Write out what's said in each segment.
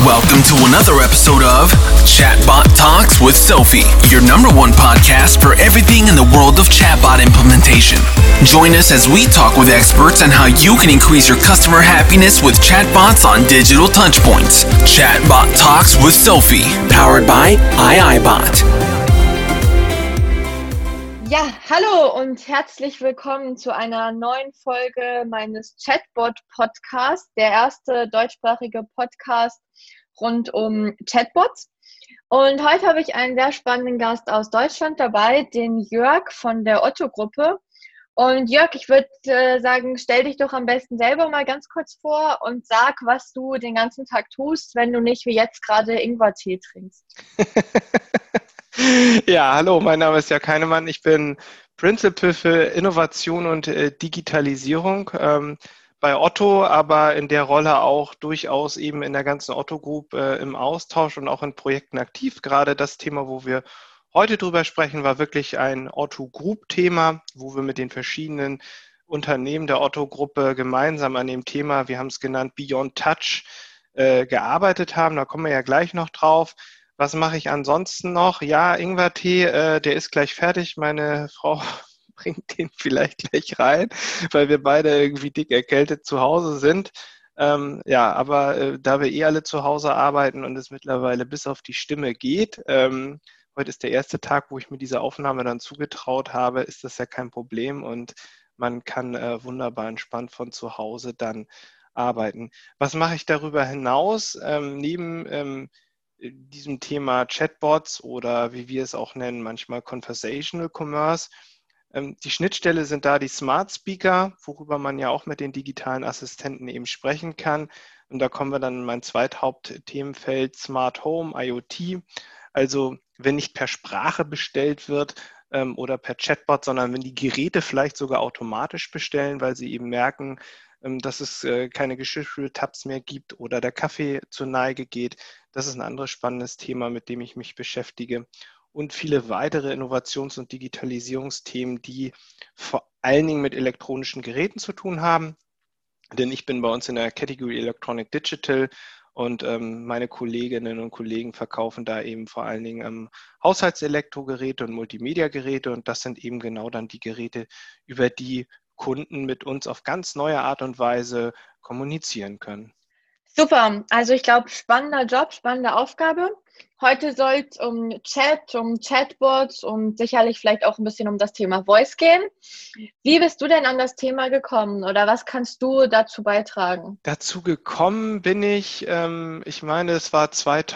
Welcome to another episode of Chatbot Talks with Sophie, your number one podcast for everything in the world of chatbot implementation. Join us as we talk with experts on how you can increase your customer happiness with chatbots on digital touchpoints. Chatbot Talks with Sophie, powered by iiBot. Ja, hallo und herzlich willkommen zu einer neuen Folge meines Chatbot-Podcasts, der erste deutschsprachige Podcast rund um Chatbots. Und heute habe ich einen sehr spannenden Gast aus Deutschland dabei, den Jörg von der Otto-Gruppe. Und Jörg, ich würde sagen, stell dich doch am besten selber mal ganz kurz vor und sag, was du den ganzen Tag tust, wenn du nicht wie jetzt gerade Ingwertee trinkst. Ja, hallo, mein Name ist Jörg Heinemann. Ich bin Principal für Innovation und Digitalisierung bei Otto, aber in der Rolle auch durchaus eben in der ganzen Otto Group im Austausch und auch in Projekten aktiv. Gerade das Thema, wo wir heute drüber sprechen, war wirklich ein Otto Group Thema, wo wir mit den verschiedenen Unternehmen der Otto Gruppe gemeinsam an dem Thema, wir haben es genannt, Beyond Touch, gearbeitet haben. Da kommen wir ja gleich noch drauf. Was mache ich ansonsten noch? Ja, Ingwertee, der ist gleich fertig. Meine Frau bringt den vielleicht gleich rein, weil wir beide irgendwie dick erkältet zu Hause sind. Aber da wir alle zu Hause arbeiten und es mittlerweile bis auf die Stimme geht, heute ist der erste Tag, wo ich mir diese Aufnahme dann zugetraut habe, ist das ja kein Problem und man kann wunderbar entspannt von zu Hause dann arbeiten. Was mache ich darüber hinaus? Neben diesem Thema Chatbots oder wie wir es auch nennen, manchmal Conversational Commerce. Die Schnittstelle sind da die Smart Speaker, worüber man ja auch mit den digitalen Assistenten eben sprechen kann. Und da kommen wir dann in mein Zweithauptthemenfeld Smart Home, IoT. Also wenn nicht per Sprache bestellt wird oder per Chatbot, sondern wenn die Geräte vielleicht sogar automatisch bestellen, weil sie eben merken, dass es keine Geschirrspültabs mehr gibt oder der Kaffee zur Neige geht. Das ist ein anderes spannendes Thema, mit dem ich mich beschäftige. Und viele weitere Innovations- und Digitalisierungsthemen, die vor allen Dingen mit elektronischen Geräten zu tun haben. Denn ich bin bei uns in der Category Electronic Digital und meine Kolleginnen und Kollegen verkaufen da eben vor allen Dingen Haushaltselektrogeräte und Multimedia-Geräte. Und das sind eben genau dann die Geräte, über die Kunden mit uns auf ganz neue Art und Weise kommunizieren können. Super, also ich glaube, spannender Job, spannende Aufgabe. Heute soll es um Chat, um Chatbots und sicherlich vielleicht auch ein bisschen um das Thema Voice gehen. Wie bist du denn an das Thema gekommen oder was kannst du dazu beitragen? Dazu gekommen bin ich meine, es war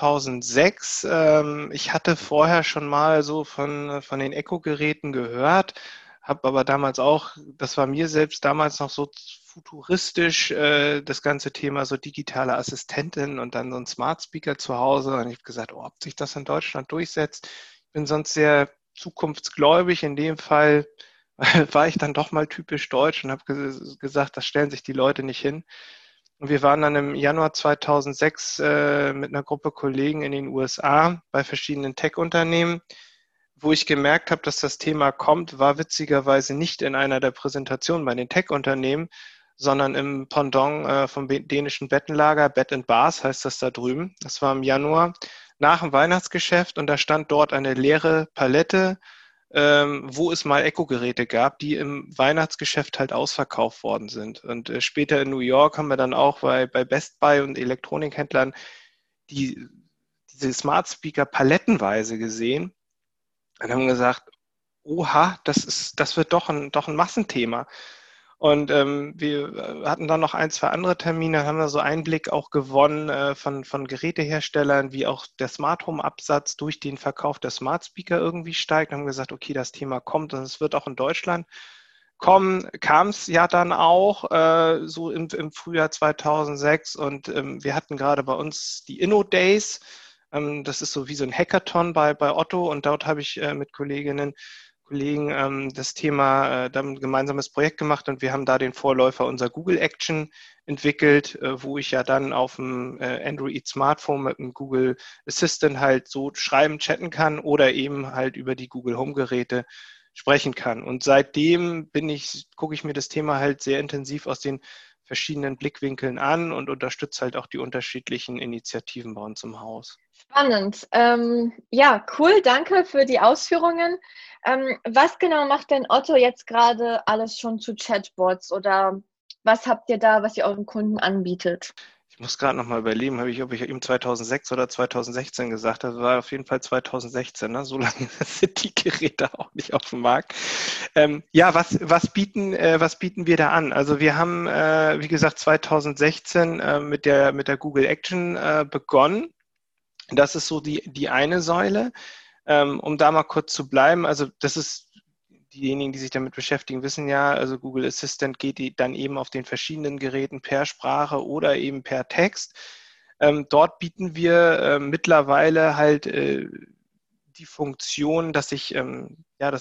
2006. Ich hatte vorher schon mal so von den Echo-Geräten gehört, habe aber damals auch, das war mir selbst damals noch so futuristisch, das ganze Thema so digitale Assistentin und dann so ein Smart Speaker zu Hause. Und ich habe gesagt, ob sich das in Deutschland durchsetzt. Ich bin sonst sehr zukunftsgläubig. In dem Fall war ich dann doch mal typisch deutsch und habe gesagt, das stellen sich die Leute nicht hin. Und wir waren dann im Januar 2006 mit einer Gruppe Kollegen in den USA bei verschiedenen Tech-Unternehmen. Wo ich gemerkt habe, dass das Thema kommt, war witzigerweise nicht in einer der Präsentationen bei den Tech-Unternehmen, sondern im Pendant vom dänischen Bettenlager, Bed & Bath heißt das da drüben. Das war im Januar nach dem Weihnachtsgeschäft und da stand dort eine leere Palette, wo es mal Echo-Geräte gab, die im Weihnachtsgeschäft halt ausverkauft worden sind. Und später in New York haben wir dann auch bei Best Buy und Elektronikhändlern diese Smart Speaker palettenweise gesehen. Und haben gesagt, oha, das wird doch ein Massenthema. Und wir hatten dann noch ein, zwei andere Termine, haben da so Einblick auch gewonnen von Geräteherstellern, wie auch der Smart Home Absatz durch den Verkauf der Smart Speaker irgendwie steigt. Und haben gesagt, okay, das Thema kommt und es wird auch in Deutschland kommen. Kam es ja dann auch so im Frühjahr 2006 und wir hatten gerade bei uns die Inno Days. Das ist so wie so ein Hackathon bei Otto und dort habe ich mit Kolleginnen Kollegen das Thema dann ein gemeinsames Projekt gemacht und wir haben da den Vorläufer unserer Google Action entwickelt, wo ich ja dann auf dem Android-Smartphone mit dem Google Assistant halt so schreiben, chatten kann oder eben halt über die Google Home-Geräte sprechen kann. Und seitdem gucke ich mir das Thema halt sehr intensiv aus den verschiedenen Blickwinkeln an und unterstütze halt auch die unterschiedlichen Initiativen bei uns im Haus. Spannend. Ja, cool, danke für die Ausführungen. Was genau macht denn Otto jetzt gerade alles schon zu Chatbots oder was habt ihr da, was ihr euren Kunden anbietet? Ich muss gerade noch mal überlegen, ob ich ihm 2006 oder 2016 gesagt habe. Das war auf jeden Fall 2016. Ne? So lange sind die Geräte auch nicht auf dem Markt. Ja, was bieten wir da an? Also wir haben, wie gesagt, 2016 mit der Google Action begonnen. Das ist so die eine Säule. Um da mal kurz zu bleiben, also das ist diejenigen, die sich damit beschäftigen, wissen ja, also Google Assistant geht dann eben auf den verschiedenen Geräten per Sprache oder eben per Text. Dort bieten wir mittlerweile halt die Funktion, dass wie haben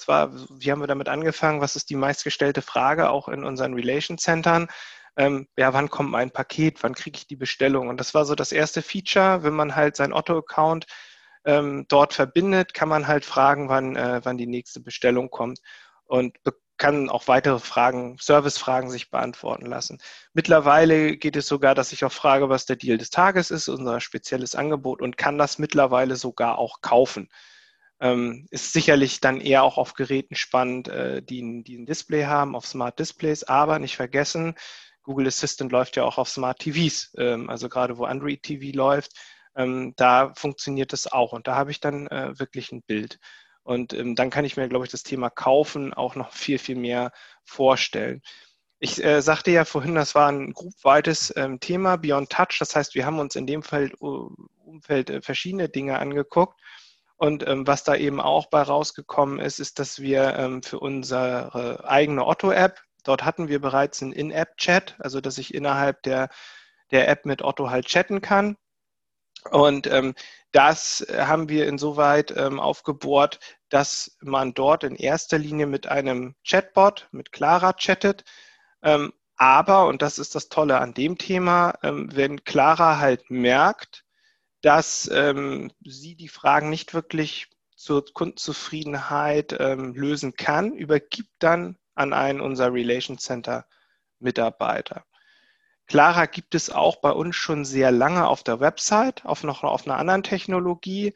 wir damit angefangen, was ist die meistgestellte Frage auch in unseren Relation Centern? Wann kommt mein Paket, wann kriege ich die Bestellung? Und das war so das erste Feature, wenn man halt seinen Otto-Account dort verbindet, kann man halt fragen, wann die nächste Bestellung kommt und kann auch weitere Fragen, Servicefragen sich beantworten lassen. Mittlerweile geht es sogar, dass ich auch frage, was der Deal des Tages ist, unser spezielles Angebot, und kann das mittlerweile sogar auch kaufen. Ist sicherlich dann eher auch auf Geräten spannend, die ein Display haben, auf Smart Displays, aber nicht vergessen, Google Assistant läuft ja auch auf Smart TVs, also gerade wo Android TV läuft, da funktioniert das auch und da habe ich dann wirklich ein Bild. Und dann kann ich mir, glaube ich, das Thema Kaufen auch noch viel, viel mehr vorstellen. Ich sagte ja vorhin, das war ein groupweites Thema, Beyond Touch. Das heißt, wir haben uns in dem Umfeld verschiedene Dinge angeguckt. Und was da eben auch bei rausgekommen ist, ist, dass wir für unsere eigene Otto-App, dort hatten wir bereits einen In-App-Chat, also dass ich innerhalb der App mit Otto halt chatten kann. Und das haben wir insoweit aufgebohrt, dass man dort in erster Linie mit einem Chatbot, mit Clara chattet. Aber, und das ist das Tolle an dem Thema, wenn Clara halt merkt, dass sie die Fragen nicht wirklich zur Kundenzufriedenheit lösen kann, übergibt dann an einen unserer Relation Center Mitarbeiter. Clara gibt es auch bei uns schon sehr lange auf der Website, noch auf einer anderen Technologie.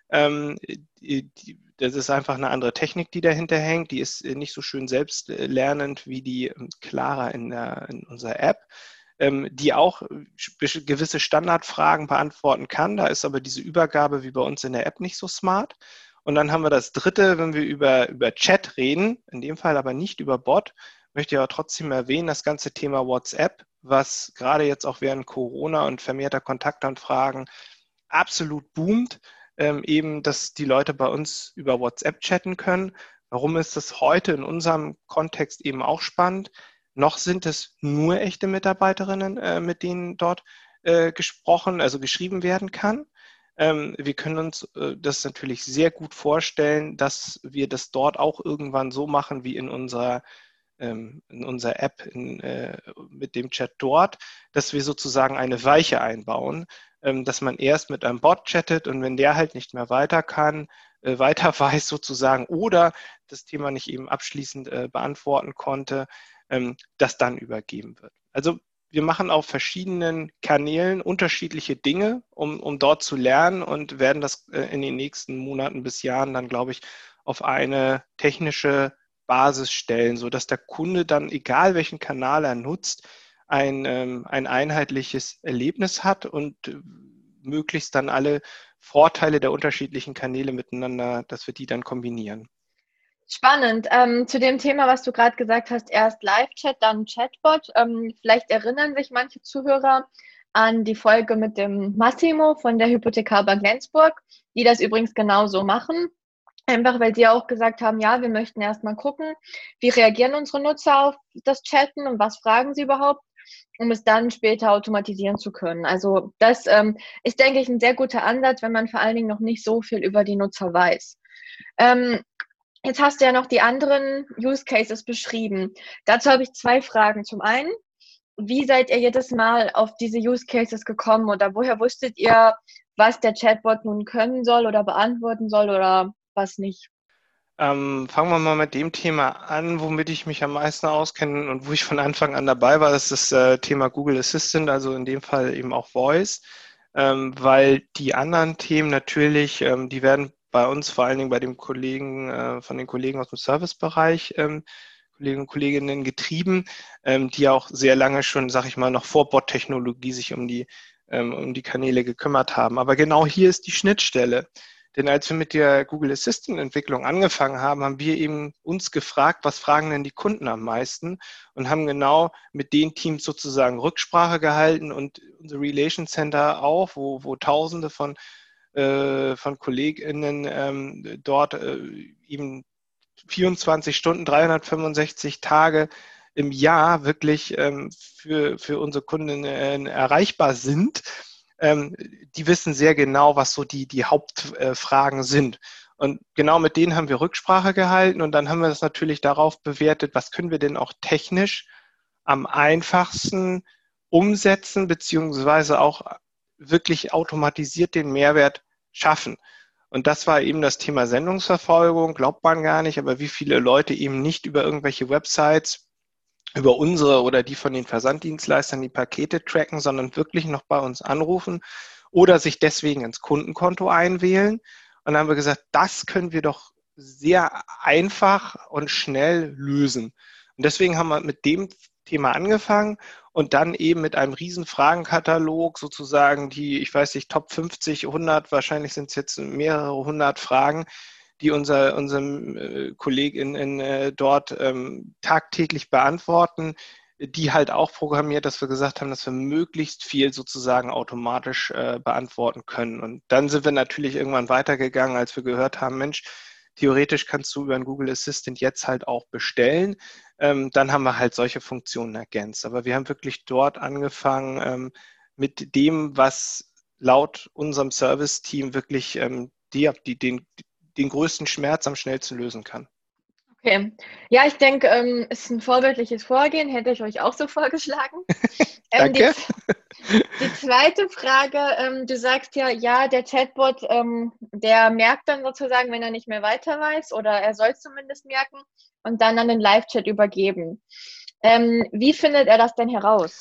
Das ist einfach eine andere Technik, die dahinter hängt. Die ist nicht so schön selbstlernend wie die Clara in unserer App, die auch gewisse Standardfragen beantworten kann. Da ist aber diese Übergabe wie bei uns in der App nicht so smart. Und dann haben wir das Dritte, wenn wir über Chat reden, in dem Fall aber nicht über Bot, möchte ich aber trotzdem erwähnen, das ganze Thema WhatsApp, was gerade jetzt auch während Corona und vermehrter Kontaktanfragen absolut boomt, eben, dass die Leute bei uns über WhatsApp chatten können. Warum ist das heute in unserem Kontext eben auch spannend? Noch sind es nur echte Mitarbeiterinnen, mit denen dort geschrieben werden kann. Wir können uns das natürlich sehr gut vorstellen, dass wir das dort auch irgendwann so machen wie in unserer App mit dem Chat dort, dass wir sozusagen eine Weiche einbauen, dass man erst mit einem Bot chattet und wenn der halt nicht mehr weiter kann, weiter weiß sozusagen oder das Thema nicht eben abschließend beantworten konnte, das dann übergeben wird. Also wir machen auf verschiedenen Kanälen unterschiedliche Dinge, um dort zu lernen und werden das in den nächsten Monaten bis Jahren dann, glaube ich, auf eine technische Basis stellen, sodass der Kunde dann, egal welchen Kanal er nutzt, ein einheitliches Erlebnis hat und möglichst dann alle Vorteile der unterschiedlichen Kanäle miteinander, dass wir die dann kombinieren. Spannend. Zu dem Thema, was du gerade gesagt hast, erst Live-Chat, dann Chatbot. Vielleicht erinnern sich manche Zuhörer an die Folge mit dem Massimo von der Hypothekarbank Lenzburg, die das übrigens genauso machen. Einfach, weil sie auch gesagt haben, ja, wir möchten erstmal gucken, wie reagieren unsere Nutzer auf das Chatten und was fragen sie überhaupt, um es dann später automatisieren zu können. Also das ist, denke ich, ein sehr guter Ansatz, wenn man vor allen Dingen noch nicht so viel über die Nutzer weiß. Jetzt hast du ja noch die anderen Use Cases beschrieben. Dazu habe ich 2 Fragen. Zum einen, wie seid ihr jedes Mal auf diese Use Cases gekommen oder woher wusstet ihr, was der Chatbot nun können soll oder beantworten soll oder was nicht? Fangen wir mal mit dem Thema an, womit ich mich am meisten auskenne und wo ich von Anfang an dabei war. Das ist das Thema Google Assistant, also in dem Fall eben auch Voice, weil die anderen Themen natürlich, die werden bei uns, vor allen Dingen bei dem Kollegen, von den Kollegen aus dem Servicebereich, Kollegen und Kolleginnen getrieben, die auch sehr lange schon, sag ich mal, noch vor Bot-Technologie sich um die Kanäle gekümmert haben. Aber genau hier ist die Schnittstelle. Denn als wir mit der Google Assistant-Entwicklung angefangen haben, haben wir eben uns gefragt, was fragen denn die Kunden am meisten, und haben genau mit den Teams sozusagen Rücksprache gehalten und unser Relation Center auch, wo Tausende von KollegInnen dort eben 24 Stunden, 365 Tage im Jahr wirklich für unsere Kundinnen erreichbar sind. Die wissen sehr genau, was so die Hauptfragen sind. Und genau mit denen haben wir Rücksprache gehalten, und dann haben wir das natürlich darauf bewertet, was können wir denn auch technisch am einfachsten umsetzen, beziehungsweise auch wirklich automatisiert den Mehrwert schaffen. Und das war eben das Thema Sendungsverfolgung, glaubt man gar nicht, aber wie viele Leute eben nicht über irgendwelche Websites, über unsere oder die von den Versanddienstleistern die Pakete tracken, sondern wirklich noch bei uns anrufen oder sich deswegen ins Kundenkonto einwählen. Und dann haben wir gesagt, das können wir doch sehr einfach und schnell lösen. Und deswegen haben wir mit dem Thema angefangen und dann eben mit einem riesen Fragenkatalog sozusagen die, ich weiß nicht, Top 50, 100, wahrscheinlich sind es jetzt mehrere hundert Fragen, die unseren KollegInnen dort tagtäglich beantworten, die halt auch programmiert, dass wir gesagt haben, dass wir möglichst viel sozusagen automatisch beantworten können. Und dann sind wir natürlich irgendwann weitergegangen, als wir gehört haben, Mensch, theoretisch kannst du über einen Google Assistant jetzt halt auch bestellen. Dann haben wir halt solche Funktionen ergänzt. Aber wir haben wirklich dort angefangen mit dem, was laut unserem Service-Team wirklich den größten Schmerz am schnellsten lösen kann. Okay. Ja, ich denke, es ist ein vorbildliches Vorgehen, hätte ich euch auch so vorgeschlagen. Danke. Die zweite Frage, du sagst ja, der Chatbot, der merkt dann sozusagen, wenn er nicht mehr weiter weiß, oder er soll es zumindest merken und dann an den Live-Chat übergeben. Wie findet er das denn heraus?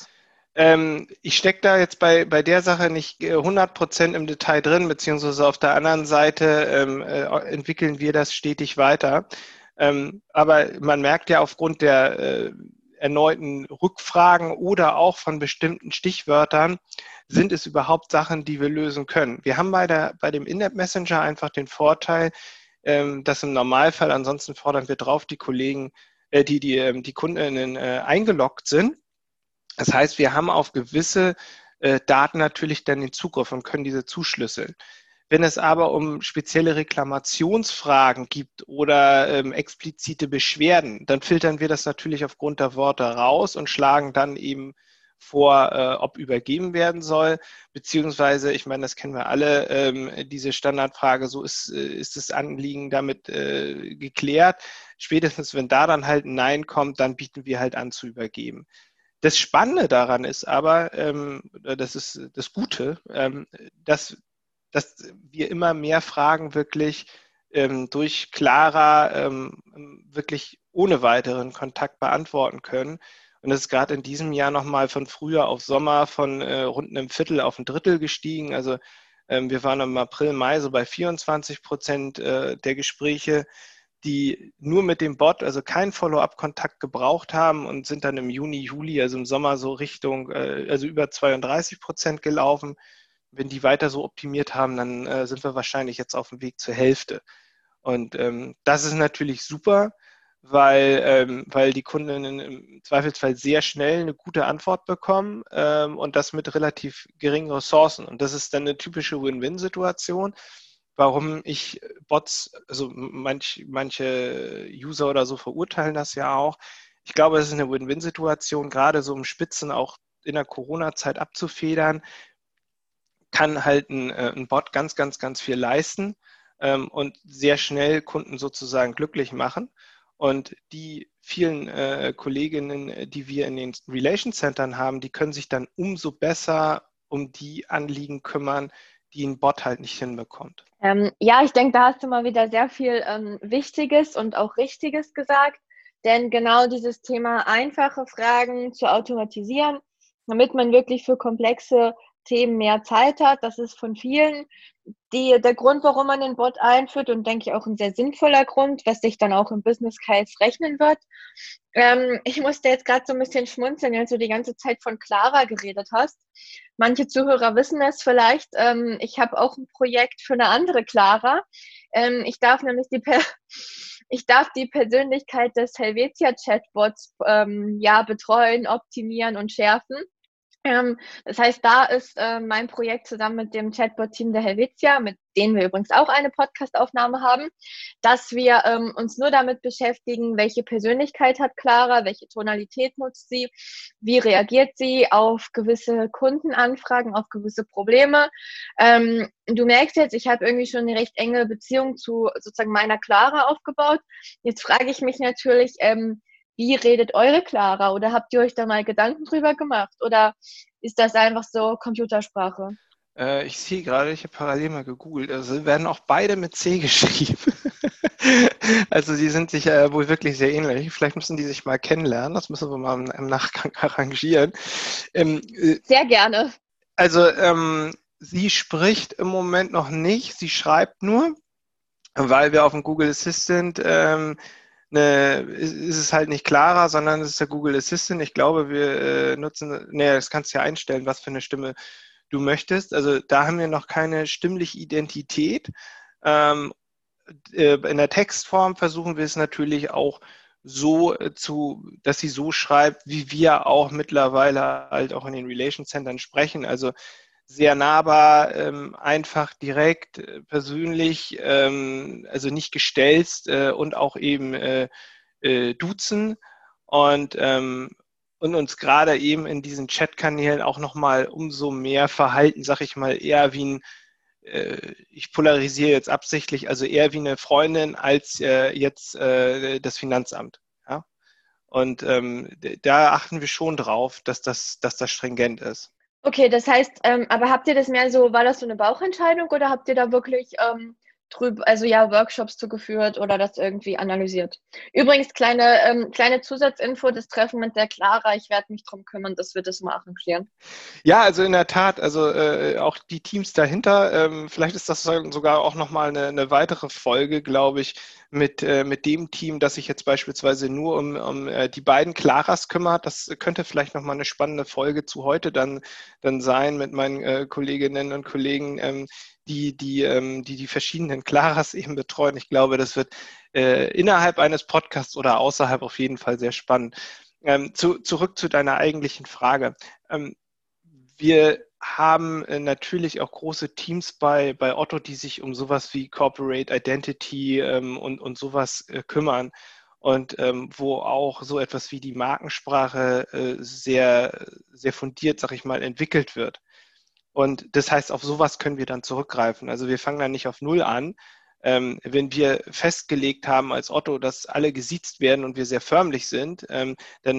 Ich stecke da jetzt bei der Sache nicht 100% im Detail drin, beziehungsweise auf der anderen Seite entwickeln wir das stetig weiter. Aber man merkt ja aufgrund der erneuten Rückfragen oder auch von bestimmten Stichwörtern, sind es überhaupt Sachen, die wir lösen können. Wir haben bei dem In-App-Messenger einfach den Vorteil, dass im Normalfall, ansonsten fordern wir drauf, die Kollegen, die Kundinnen eingeloggt sind. Das heißt, wir haben auf gewisse Daten natürlich dann den Zugriff und können diese zuschlüsseln. Wenn es aber um spezielle Reklamationsfragen gibt oder explizite Beschwerden, dann filtern wir das natürlich aufgrund der Worte raus und schlagen dann eben vor, ob übergeben werden soll, beziehungsweise, ich meine, das kennen wir alle, diese Standardfrage, so ist das Anliegen damit geklärt. Spätestens, wenn da dann halt ein Nein kommt, dann bieten wir halt an zu übergeben. Das Spannende daran ist aber, das ist das Gute, dass wir immer mehr Fragen wirklich durch Clara wirklich ohne weiteren Kontakt beantworten können. Und das ist gerade in diesem Jahr nochmal von Frühjahr auf Sommer von rund einem Viertel auf ein Drittel gestiegen. Also wir waren im April, Mai so bei 24% der Gespräche, die nur mit dem Bot, also keinen Follow-up-Kontakt gebraucht haben, und sind dann im Juni, Juli, also im Sommer so Richtung, also über 32% gelaufen. Wenn die weiter so optimiert haben, dann sind wir wahrscheinlich jetzt auf dem Weg zur Hälfte. Und das ist natürlich super, weil die Kundinnen im Zweifelsfall sehr schnell eine gute Antwort bekommen und das mit relativ geringen Ressourcen. Und das ist dann eine typische Win-Win-Situation, warum ich Bots, also manche User oder so verurteilen das ja auch. Ich glaube, es ist eine Win-Win-Situation, gerade so um Spitzen auch in der Corona-Zeit abzufedern, kann halt ein Bot ganz, ganz, ganz viel leisten und sehr schnell Kunden sozusagen glücklich machen. Und die vielen Kolleginnen, die wir in den Relation Centern haben, die können sich dann umso besser um die Anliegen kümmern, die ein Bot halt nicht hinbekommt. Ja, ich denke, da hast du mal wieder sehr viel Wichtiges und auch Richtiges gesagt. Denn genau dieses Thema einfache Fragen zu automatisieren, damit man wirklich für komplexe Themen mehr Zeit hat, das ist von vielen der Grund, warum man den Bot einführt und denke ich auch ein sehr sinnvoller Grund, was sich dann auch im Business Case rechnen wird. Ich musste jetzt gerade so ein bisschen schmunzeln, als du die ganze Zeit von Clara geredet hast. Manche Zuhörer wissen es vielleicht. Ich habe auch ein Projekt für eine andere Clara. Ich darf nämlich die Persönlichkeit des Helvetia-Chatbots betreuen, optimieren und schärfen. Das heißt, da ist mein Projekt zusammen mit dem Chatbot-Team der Helvetia, mit denen wir übrigens auch eine Podcast-Aufnahme haben, dass wir uns nur damit beschäftigen, welche Persönlichkeit hat Clara, welche Tonalität nutzt sie, wie reagiert sie auf gewisse Kundenanfragen, auf gewisse Probleme. Du merkst jetzt, ich habe irgendwie schon eine recht enge Beziehung zu sozusagen meiner Clara aufgebaut. Jetzt frage ich mich natürlich, wie redet eure Clara? Oder habt ihr euch da mal Gedanken drüber gemacht? Oder ist das einfach so Computersprache? Ich sehe gerade, ich habe parallel mal gegoogelt, also werden auch beide mit C geschrieben. Also die sind sich wohl wirklich sehr ähnlich. Vielleicht müssen die sich mal kennenlernen, das müssen wir mal im Nachgang arrangieren. Sehr gerne. Also sie spricht im Moment noch nicht, sie schreibt nur, weil wir auf dem Google Assistant ist es halt nicht Clara, sondern es ist der Google Assistant. Ich glaube, wir das kannst du ja einstellen, was für eine Stimme du möchtest. Also da haben wir noch keine stimmliche Identität. In der Textform versuchen wir es natürlich auch so dass sie so schreibt, wie wir auch mittlerweile halt auch in den Relation Centern sprechen. Also sehr nahbar, einfach, direkt, persönlich, also nicht gestelzt und auch eben duzen und uns gerade eben in diesen Chatkanälen auch nochmal umso mehr verhalten, sag ich mal, eher wie ein, ich polarisiere jetzt absichtlich, also eher wie eine Freundin als jetzt das Finanzamt. Ja? Und da achten wir schon drauf, dass das stringent ist. Okay, das heißt, aber habt ihr das mehr so, war das so eine Bauchentscheidung oder habt ihr da wirklich Workshops zugeführt oder das irgendwie analysiert? Übrigens, kleine Zusatzinfo, das Treffen mit der Clara, ich werde mich drum kümmern, dass wir das mal arrangieren. Ja, also in der Tat, also auch die Teams dahinter, vielleicht ist das sogar auch nochmal eine weitere Folge, glaube ich, mit dem Team, das sich jetzt beispielsweise nur um die beiden Claras kümmert. Das könnte vielleicht nochmal eine spannende Folge zu heute dann sein mit meinen Kolleginnen und Kollegen, die verschiedenen Claras eben betreuen. Ich glaube, das wird innerhalb eines Podcasts oder außerhalb auf jeden Fall sehr spannend. Zurück zu deiner eigentlichen Frage. Wir haben natürlich auch große Teams bei Otto, die sich um sowas wie Corporate Identity und sowas kümmern und wo auch so etwas wie die Markensprache sehr, sehr fundiert, sag ich mal, entwickelt wird. Und das heißt, auf sowas können wir dann zurückgreifen. Also wir fangen dann nicht auf Null an. Wenn wir festgelegt haben als Otto, dass alle gesiezt werden und wir sehr förmlich sind, dann,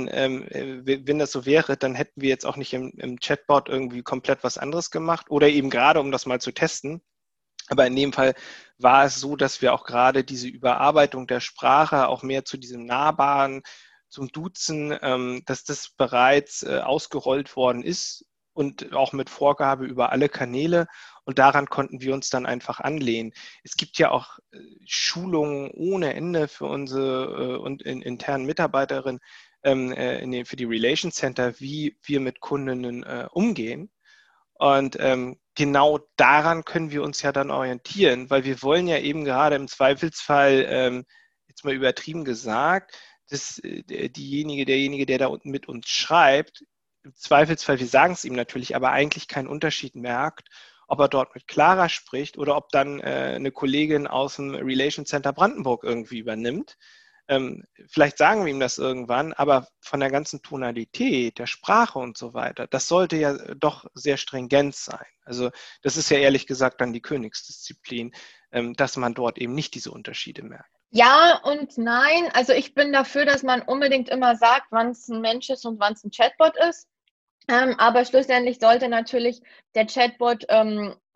wenn das so wäre, dann hätten wir jetzt auch nicht im Chatbot irgendwie komplett was anderes gemacht oder eben gerade, um das mal zu testen. Aber in dem Fall war es so, dass wir auch gerade diese Überarbeitung der Sprache auch mehr zu diesem Nahbaren, zum Duzen, dass das bereits ausgerollt worden ist und auch mit Vorgabe über alle Kanäle. Und daran konnten wir uns dann einfach anlehnen. Es gibt ja auch Schulungen ohne Ende für unsere internen Mitarbeiterinnen für die Relation Center, wie wir mit Kundinnen umgehen. Und genau daran können wir uns ja dann orientieren, weil wir wollen ja eben gerade im Zweifelsfall, jetzt mal übertrieben gesagt, dass derjenige, der da unten mit uns schreibt, im Zweifelsfall, wir sagen es ihm natürlich, aber eigentlich keinen Unterschied merkt, ob er dort mit Clara spricht oder ob dann eine Kollegin aus dem Relation Center Brandenburg irgendwie übernimmt. Vielleicht sagen wir ihm das irgendwann, aber von der ganzen Tonalität, der Sprache und so weiter, das sollte ja doch sehr stringent sein. Also das ist ja ehrlich gesagt dann die Königsdisziplin, dass man dort eben nicht diese Unterschiede merkt. Ja und nein. Also ich bin dafür, dass man unbedingt immer sagt, wann es ein Mensch ist und wann es ein Chatbot ist. Aber schlussendlich sollte natürlich der Chatbot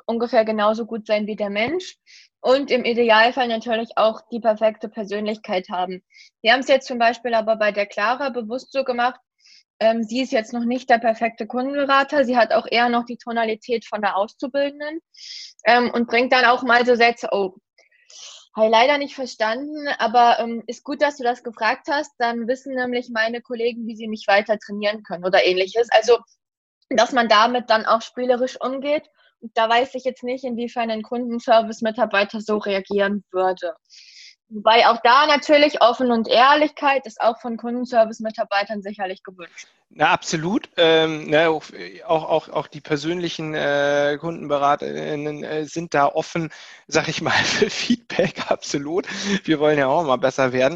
ungefähr genauso gut sein wie der Mensch und im Idealfall natürlich auch die perfekte Persönlichkeit haben. Wir haben es jetzt zum Beispiel aber bei der Clara bewusst so gemacht, sie ist jetzt noch nicht der perfekte Kundenberater, sie hat auch eher noch die Tonalität von der Auszubildenden und bringt dann auch mal so Sätze, oh, habe ich leider nicht verstanden, aber ist gut, dass du das gefragt hast, dann wissen nämlich meine Kollegen, wie sie mich weiter trainieren können oder ähnliches. Also, dass man damit dann auch spielerisch umgeht. Und da weiß ich jetzt nicht, inwiefern ein Kundenservice-Mitarbeiter so reagieren würde. Wobei auch da natürlich Offen und Ehrlichkeit ist auch von Kundenservice-Mitarbeitern sicherlich gewünscht. Na, absolut. Auch die persönlichen KundenberaterInnen sind da offen, sag ich mal, für Feedback, absolut. Wir wollen ja auch mal besser werden.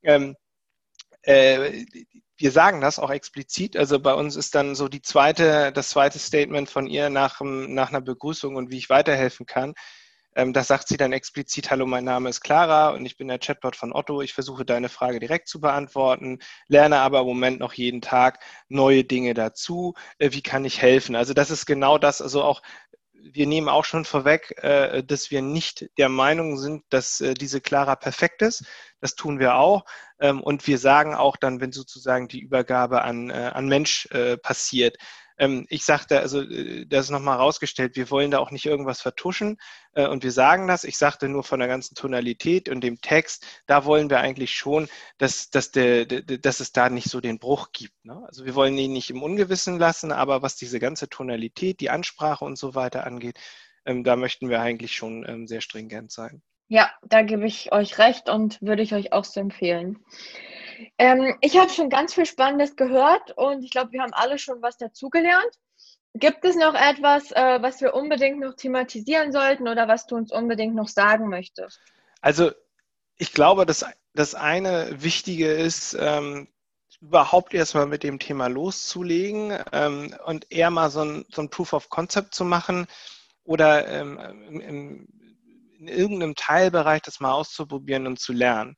Wir sagen das auch explizit. Also bei uns ist dann so das zweite Statement von ihr nach einer Begrüßung und wie ich weiterhelfen kann. Das sagt sie dann explizit: Hallo, mein Name ist Clara und ich bin der Chatbot von Otto. Ich versuche deine Frage direkt zu beantworten, lerne aber im Moment noch jeden Tag neue Dinge dazu. Wie kann ich helfen? Also das ist genau das. Also auch wir nehmen auch schon vorweg, dass wir nicht der Meinung sind, dass diese Clara perfekt ist. Das tun wir auch. Und wir sagen auch dann, wenn sozusagen die Übergabe an Mensch passiert. Ich sagte, also das ist nochmal rausgestellt, wir wollen da auch nicht irgendwas vertuschen und wir sagen das. Ich sagte nur von der ganzen Tonalität und dem Text, da wollen wir eigentlich schon, dass es da nicht so den Bruch gibt. Ne? Also wir wollen ihn nicht im Ungewissen lassen, aber was diese ganze Tonalität, die Ansprache und so weiter angeht, da möchten wir eigentlich schon sehr stringent sein. Ja, da gebe ich euch recht und würde ich euch auch so empfehlen. Ich habe schon ganz viel Spannendes gehört und ich glaube, wir haben alle schon was dazugelernt. Gibt es noch etwas, was wir unbedingt noch thematisieren sollten oder was du uns unbedingt noch sagen möchtest? Also ich glaube, dass das eine Wichtige ist, überhaupt erstmal mit dem Thema loszulegen und eher mal so ein Proof of Concept zu machen oder in irgendeinem Teilbereich das mal auszuprobieren und zu lernen.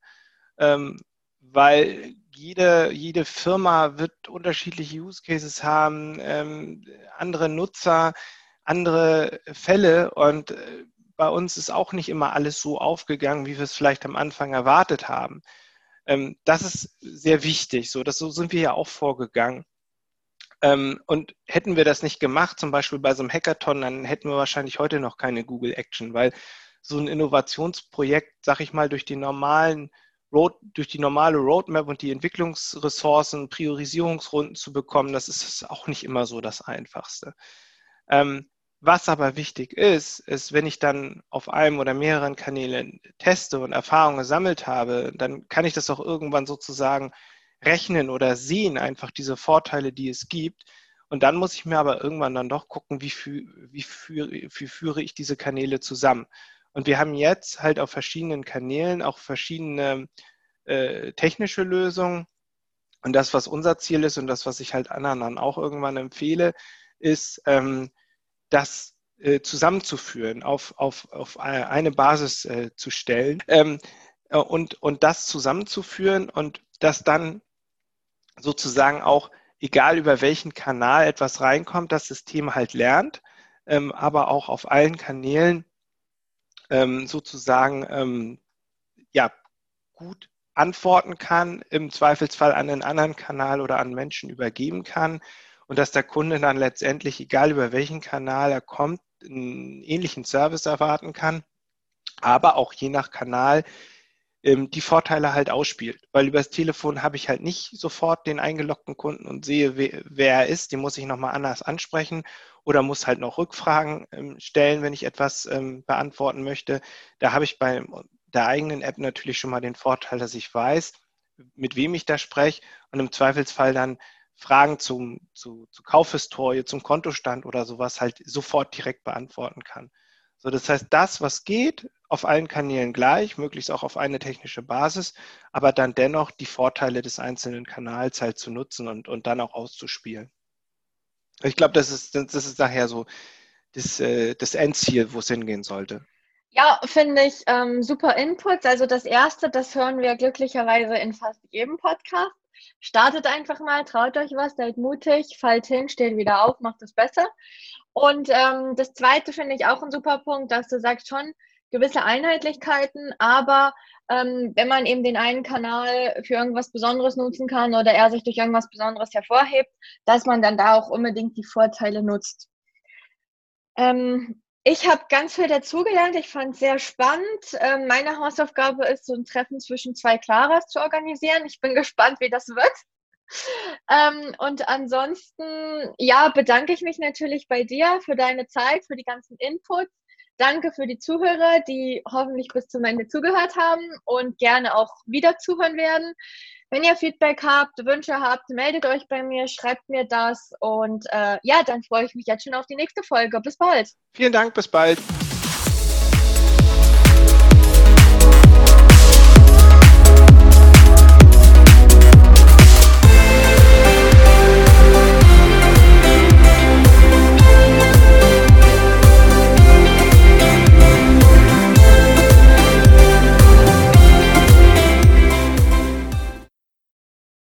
Weil jede Firma wird unterschiedliche Use Cases haben, andere Nutzer, andere Fälle und bei uns ist auch nicht immer alles so aufgegangen, wie wir es vielleicht am Anfang erwartet haben. Das ist sehr wichtig, so sind wir ja auch vorgegangen. Und hätten wir das nicht gemacht, zum Beispiel bei so einem Hackathon, dann hätten wir wahrscheinlich heute noch keine Google Action, weil so ein Innovationsprojekt, sag ich mal, durch die normale Roadmap und die Entwicklungsressourcen, Priorisierungsrunden zu bekommen, das ist auch nicht immer so das Einfachste. Was aber wichtig ist, wenn ich dann auf einem oder mehreren Kanälen teste und Erfahrungen gesammelt habe, dann kann ich das auch irgendwann sozusagen rechnen oder sehen, einfach diese Vorteile, die es gibt. Und dann muss ich mir aber irgendwann dann doch gucken, wie führe ich diese Kanäle zusammen. Und wir haben jetzt halt auf verschiedenen Kanälen auch verschiedene technische Lösungen. Und das, was unser Ziel ist und das, was ich halt anderen dann auch irgendwann empfehle, ist, das zusammenzuführen, auf eine Basis zu stellen und das zusammenzuführen und das dann sozusagen auch, egal über welchen Kanal etwas reinkommt, das System halt lernt, aber auch auf allen Kanälen sozusagen gut antworten kann, im Zweifelsfall an einen anderen Kanal oder an Menschen übergeben kann und dass der Kunde dann letztendlich, egal über welchen Kanal er kommt, einen ähnlichen Service erwarten kann, aber auch je nach Kanal die Vorteile halt ausspielt. Weil über das Telefon habe ich halt nicht sofort den eingeloggten Kunden und sehe, wer er ist. Den muss ich nochmal anders ansprechen oder muss halt noch Rückfragen stellen, wenn ich etwas beantworten möchte. Da habe ich bei der eigenen App natürlich schon mal den Vorteil, dass ich weiß, mit wem ich da spreche und im Zweifelsfall dann Fragen zu Kaufhistorie, zum Kontostand oder sowas halt sofort direkt beantworten kann. So, das heißt, das, was geht, auf allen Kanälen gleich, möglichst auch auf eine technische Basis, aber dann dennoch die Vorteile des einzelnen Kanals halt zu nutzen und dann auch auszuspielen. Ich glaube, das ist daher so das Endziel, wo es hingehen sollte. Ja, finde ich super Inputs. Also das Erste, das hören wir glücklicherweise in fast jedem Podcast. Startet einfach mal, traut euch was, seid mutig, fallt hin, steht wieder auf, macht es besser. Und das Zweite finde ich auch ein super Punkt, dass du sagst, schon gewisse Einheitlichkeiten, aber wenn man eben den einen Kanal für irgendwas Besonderes nutzen kann oder er sich durch irgendwas Besonderes hervorhebt, dass man dann da auch unbedingt die Vorteile nutzt. Ich habe ganz viel dazugelernt. Ich fand es sehr spannend. Meine Hausaufgabe ist, so ein Treffen zwischen zwei Claras zu organisieren. Ich bin gespannt, wie das wird. Und ansonsten, ja, bedanke ich mich natürlich bei dir für deine Zeit, für die ganzen Inputs. Danke für die Zuhörer, die hoffentlich bis zum Ende zugehört haben und gerne auch wieder zuhören werden. Wenn ihr Feedback habt, Wünsche habt, meldet euch bei mir, schreibt mir das und ja, dann freue ich mich jetzt schon auf die nächste Folge. Bis bald. Vielen Dank, bis bald.